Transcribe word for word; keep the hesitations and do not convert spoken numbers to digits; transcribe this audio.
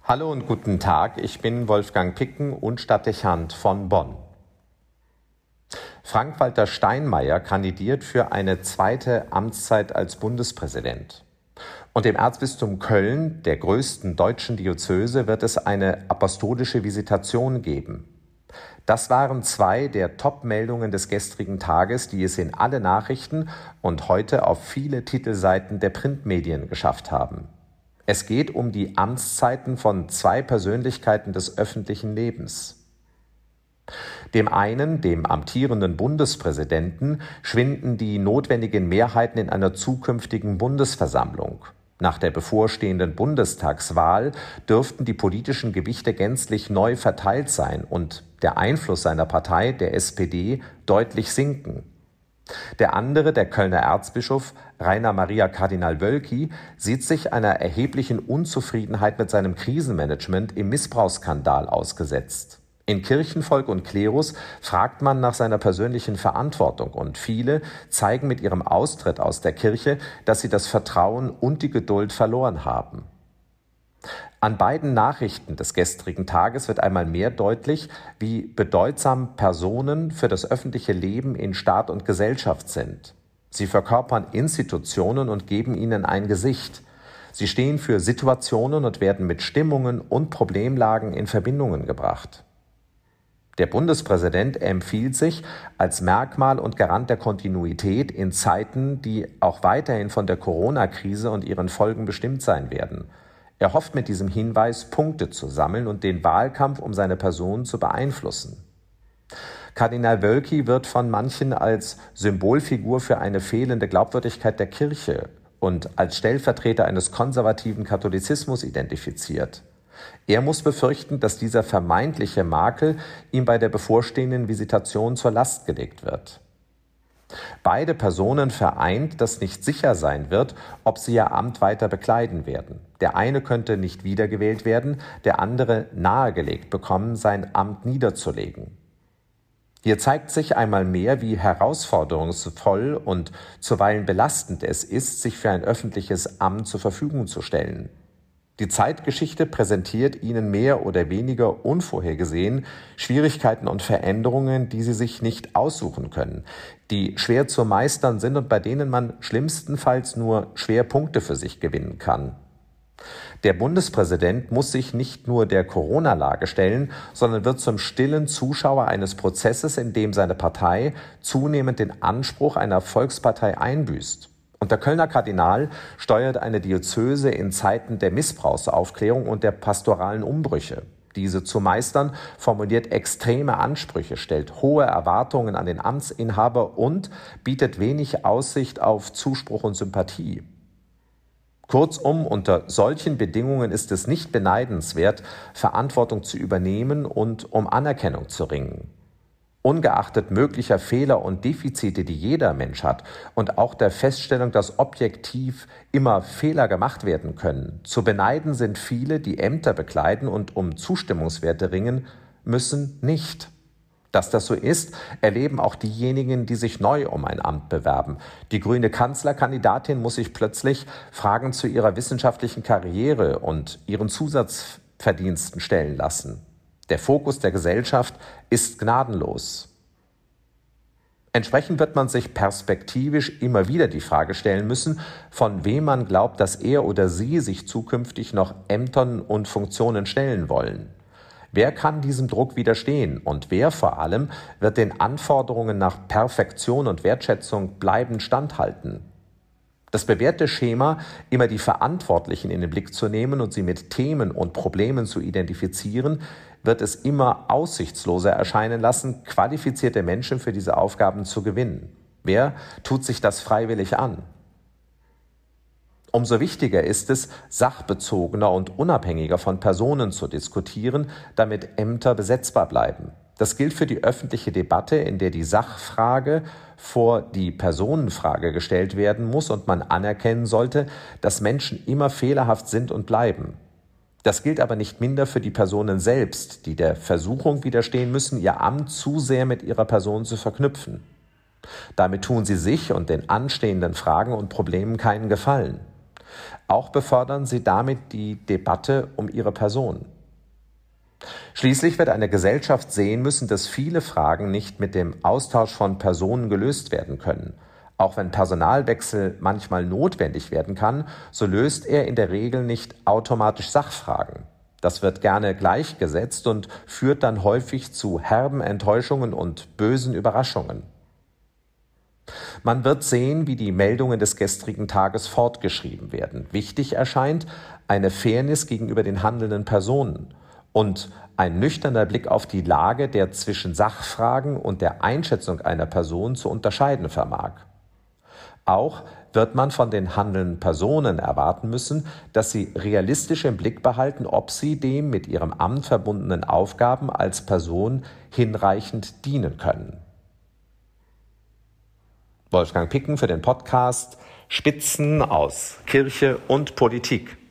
Hallo und guten Tag, ich bin Wolfgang Picken und Stadtdechant von Bonn. Frank-Walter Steinmeier kandidiert für eine zweite Amtszeit als Bundespräsident. Und im Erzbistum Köln, der größten deutschen Diözese, wird es eine apostolische Visitation geben. Das waren zwei der Top-Meldungen des gestrigen Tages, die es in alle Nachrichten und heute auf viele Titelseiten der Printmedien geschafft haben. Es geht um die Amtszeiten von zwei Persönlichkeiten des öffentlichen Lebens. Dem einen, dem amtierenden Bundespräsidenten, schwinden die notwendigen Mehrheiten in einer zukünftigen Bundesversammlung. Nach der bevorstehenden Bundestagswahl dürften die politischen Gewichte gänzlich neu verteilt sein und der Einfluss seiner Partei, der S P D, deutlich sinken. Der andere, der Kölner Erzbischof Rainer Maria Kardinal Wölki, sieht sich einer erheblichen Unzufriedenheit mit seinem Krisenmanagement im Missbrauchsskandal ausgesetzt. In Kirchenvolk und Klerus fragt man nach seiner persönlichen Verantwortung und viele zeigen mit ihrem Austritt aus der Kirche, dass sie das Vertrauen und die Geduld verloren haben. An beiden Nachrichten des gestrigen Tages wird einmal mehr deutlich, wie bedeutsam Personen für das öffentliche Leben in Staat und Gesellschaft sind. Sie verkörpern Institutionen und geben ihnen ein Gesicht. Sie stehen für Situationen und werden mit Stimmungen und Problemlagen in Verbindungen gebracht. Der Bundespräsident empfiehlt sich als Merkmal und Garant der Kontinuität in Zeiten, die auch weiterhin von der Corona-Krise und ihren Folgen bestimmt sein werden. Er hofft mit diesem Hinweis, Punkte zu sammeln und den Wahlkampf um seine Person zu beeinflussen. Kardinal Wölki wird von manchen als Symbolfigur für eine fehlende Glaubwürdigkeit der Kirche und als Stellvertreter eines konservativen Katholizismus identifiziert. Er muss befürchten, dass dieser vermeintliche Makel ihm bei der bevorstehenden Visitation zur Last gelegt wird. Beide Personen vereint, dass nicht sicher sein wird, ob sie ihr Amt weiter bekleiden werden. Der eine könnte nicht wiedergewählt werden, der andere nahegelegt bekommen, sein Amt niederzulegen. Hier zeigt sich einmal mehr, wie herausforderungsvoll und zuweilen belastend es ist, sich für ein öffentliches Amt zur Verfügung zu stellen. Die Zeitgeschichte präsentiert ihnen mehr oder weniger unvorhergesehen Schwierigkeiten und Veränderungen, die sie sich nicht aussuchen können, die schwer zu meistern sind und bei denen man schlimmstenfalls nur schwer Punkte für sich gewinnen kann. Der Bundespräsident muss sich nicht nur der Corona-Lage stellen, sondern wird zum stillen Zuschauer eines Prozesses, in dem seine Partei zunehmend den Anspruch einer Volkspartei einbüßt. Und der Kölner Kardinal steuert eine Diözese in Zeiten der Missbrauchsaufklärung und der pastoralen Umbrüche. Diese zu meistern, formuliert extreme Ansprüche, stellt hohe Erwartungen an den Amtsinhaber und bietet wenig Aussicht auf Zuspruch und Sympathie. Kurzum, unter solchen Bedingungen ist es nicht beneidenswert, Verantwortung zu übernehmen und um Anerkennung zu ringen. Ungeachtet möglicher Fehler und Defizite, die jeder Mensch hat, und auch der Feststellung, dass objektiv immer Fehler gemacht werden können, zu beneiden sind viele, die Ämter bekleiden und um Zustimmungswerte ringen müssen, nicht. Dass das so ist, erleben auch diejenigen, die sich neu um ein Amt bewerben. Die grüne Kanzlerkandidatin muss sich plötzlich Fragen zu ihrer wissenschaftlichen Karriere und ihren Zusatzverdiensten stellen lassen. Der Fokus der Gesellschaft ist gnadenlos. Entsprechend wird man sich perspektivisch immer wieder die Frage stellen müssen, von wem man glaubt, dass er oder sie sich zukünftig noch Ämtern und Funktionen stellen wollen. Wer kann diesem Druck widerstehen und wer vor allem wird den Anforderungen nach Perfektion und Wertschätzung bleibend standhalten? Das bewährte Schema, immer die Verantwortlichen in den Blick zu nehmen und sie mit Themen und Problemen zu identifizieren, wird es immer aussichtsloser erscheinen lassen, qualifizierte Menschen für diese Aufgaben zu gewinnen. Wer tut sich das freiwillig an? Umso wichtiger ist es, sachbezogener und unabhängiger von Personen zu diskutieren, damit Ämter besetzbar bleiben. Das gilt für die öffentliche Debatte, in der die Sachfrage vor die Personenfrage gestellt werden muss und man anerkennen sollte, dass Menschen immer fehlerhaft sind und bleiben. Das gilt aber nicht minder für die Personen selbst, die der Versuchung widerstehen müssen, ihr Amt zu sehr mit ihrer Person zu verknüpfen. Damit tun sie sich und den anstehenden Fragen und Problemen keinen Gefallen. Auch befördern sie damit die Debatte um ihre Person. Schließlich wird eine Gesellschaft sehen müssen, dass viele Fragen nicht mit dem Austausch von Personen gelöst werden können. Auch wenn Personalwechsel manchmal notwendig werden kann, so löst er in der Regel nicht automatisch Sachfragen. Das wird gerne gleichgesetzt und führt dann häufig zu herben Enttäuschungen und bösen Überraschungen. Man wird sehen, wie die Meldungen des gestrigen Tages fortgeschrieben werden. Wichtig erscheint eine Fairness gegenüber den handelnden Personen und ein nüchterner Blick auf die Lage, der zwischen Sachfragen und der Einschätzung einer Person zu unterscheiden vermag. Auch wird man von den handelnden Personen erwarten müssen, dass sie realistisch im Blick behalten, ob sie dem mit ihrem Amt verbundenen Aufgaben als Person hinreichend dienen können. Wolfgang Picken für den Podcast Spitzen aus Kirche und Politik.